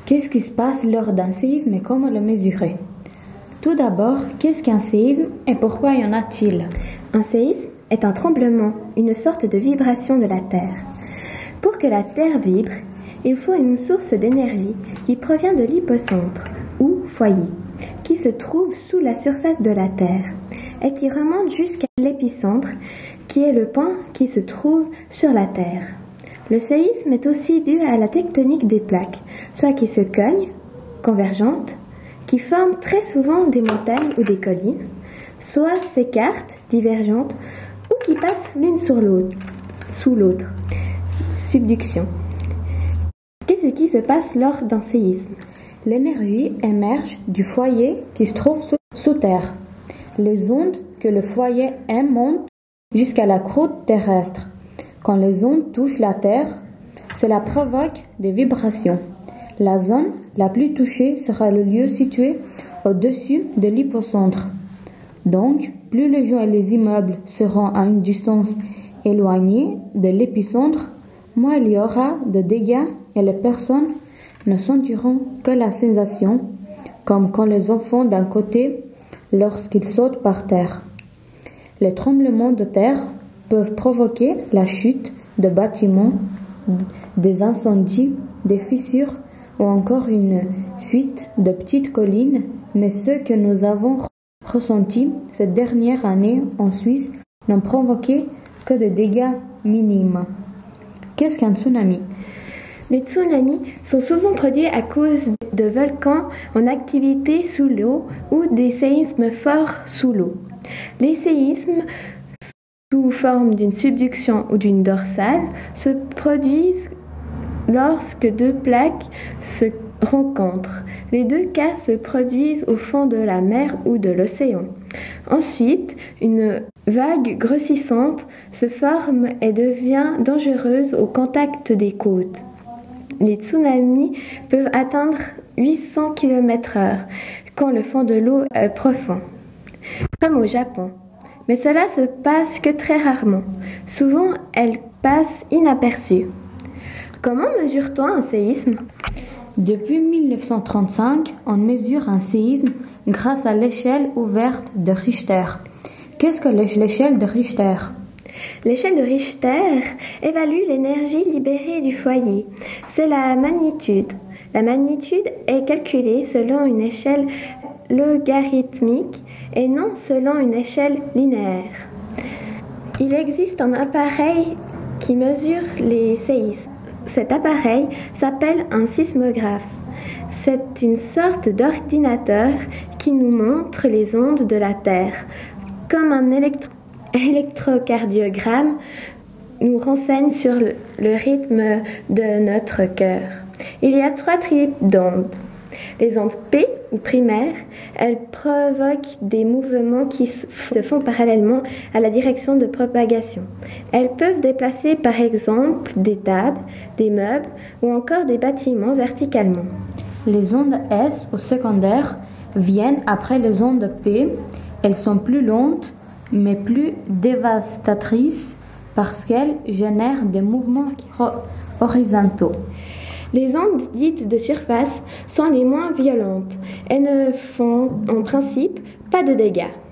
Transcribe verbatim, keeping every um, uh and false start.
Qu'est-ce qui se passe lors d'un séisme et comment le mesurer? Tout d'abord, qu'est-ce qu'un séisme et pourquoi y en a-t-il? Un séisme est un tremblement, une sorte de vibration de la Terre. Pour que la Terre vibre, il faut une source d'énergie qui provient de l'hypocentre, ou foyer, qui se trouve sous la surface de la Terre et qui remonte jusqu'à l'épicentre, qui est le point qui se trouve sur la Terre. Le séisme est aussi dû à la tectonique des plaques, soit qui se cognent, convergentes, qui forment très souvent des montagnes ou des collines, soit s'écartent, divergentes, ou qui passent l'une sur l'autre, sous l'autre. Subduction. Qu'est-ce qui se passe lors d'un séisme? L'énergie émerge du foyer qui se trouve sous, sous terre. Les ondes que le foyer aime montent jusqu'à la croûte terrestre. Quand les ondes touchent la terre, cela provoque des vibrations. La zone la plus touchée sera le lieu situé au-dessus de l'hypocentre. Donc, plus les gens et les immeubles seront à une distance éloignée de l'épicentre, moins il y aura de dégâts et les personnes ne sentiront que la sensation, comme quand les enfants d'un côté lorsqu'ils sautent par terre. Les tremblements de terre peuvent provoquer la chute de bâtiments, des incendies, des fissures ou encore une suite de petites collines, mais ceux que nous avons ressentis cette dernière année en Suisse n'ont provoqué que des dégâts minimes. Qu'est-ce qu'un tsunami? Les tsunamis sont souvent produits à cause de volcans en activité sous l'eau ou des séismes forts sous l'eau. Les séismes sous forme d'une subduction ou d'une dorsale se produisent lorsque deux plaques se rencontrent. Les deux cas se produisent au fond de la mer ou de l'océan. Ensuite, une vague grossissante se forme et devient dangereuse au contact des côtes. Les tsunamis peuvent atteindre huit cents kilomètres heure quand le fond de l'eau est profond, comme au Japon. Mais cela se passe que très rarement. Souvent, elles passent inaperçues. Comment mesure-t-on un séisme? Depuis mille neuf cent trente-cinq, on mesure un séisme grâce à l'échelle ouverte de Richter. Qu'est-ce que l'échelle de Richter? L'échelle de Richter évalue l'énergie libérée du foyer. C'est la magnitude. La magnitude est calculée selon une échelle logarithmique et non selon une échelle linéaire. Il existe un appareil qui mesure les séismes. Cet appareil s'appelle un sismographe. C'est une sorte d'ordinateur qui nous montre les ondes de la Terre, comme un électro- électrocardiogramme nous renseigne sur le rythme de notre cœur. Il y a trois types d'ondes. Les ondes P ou primaires, elles provoquent des mouvements qui se font parallèlement à la direction de propagation. Elles peuvent déplacer par exemple des tables, des meubles ou encore des bâtiments verticalement. Les ondes S ou secondaires viennent après les ondes P. Elles sont plus lentes mais plus dévastatrices parce qu'elles génèrent des mouvements horizontaux. Les ondes dites de surface sont les moins violentes et ne font en principe pas de dégâts.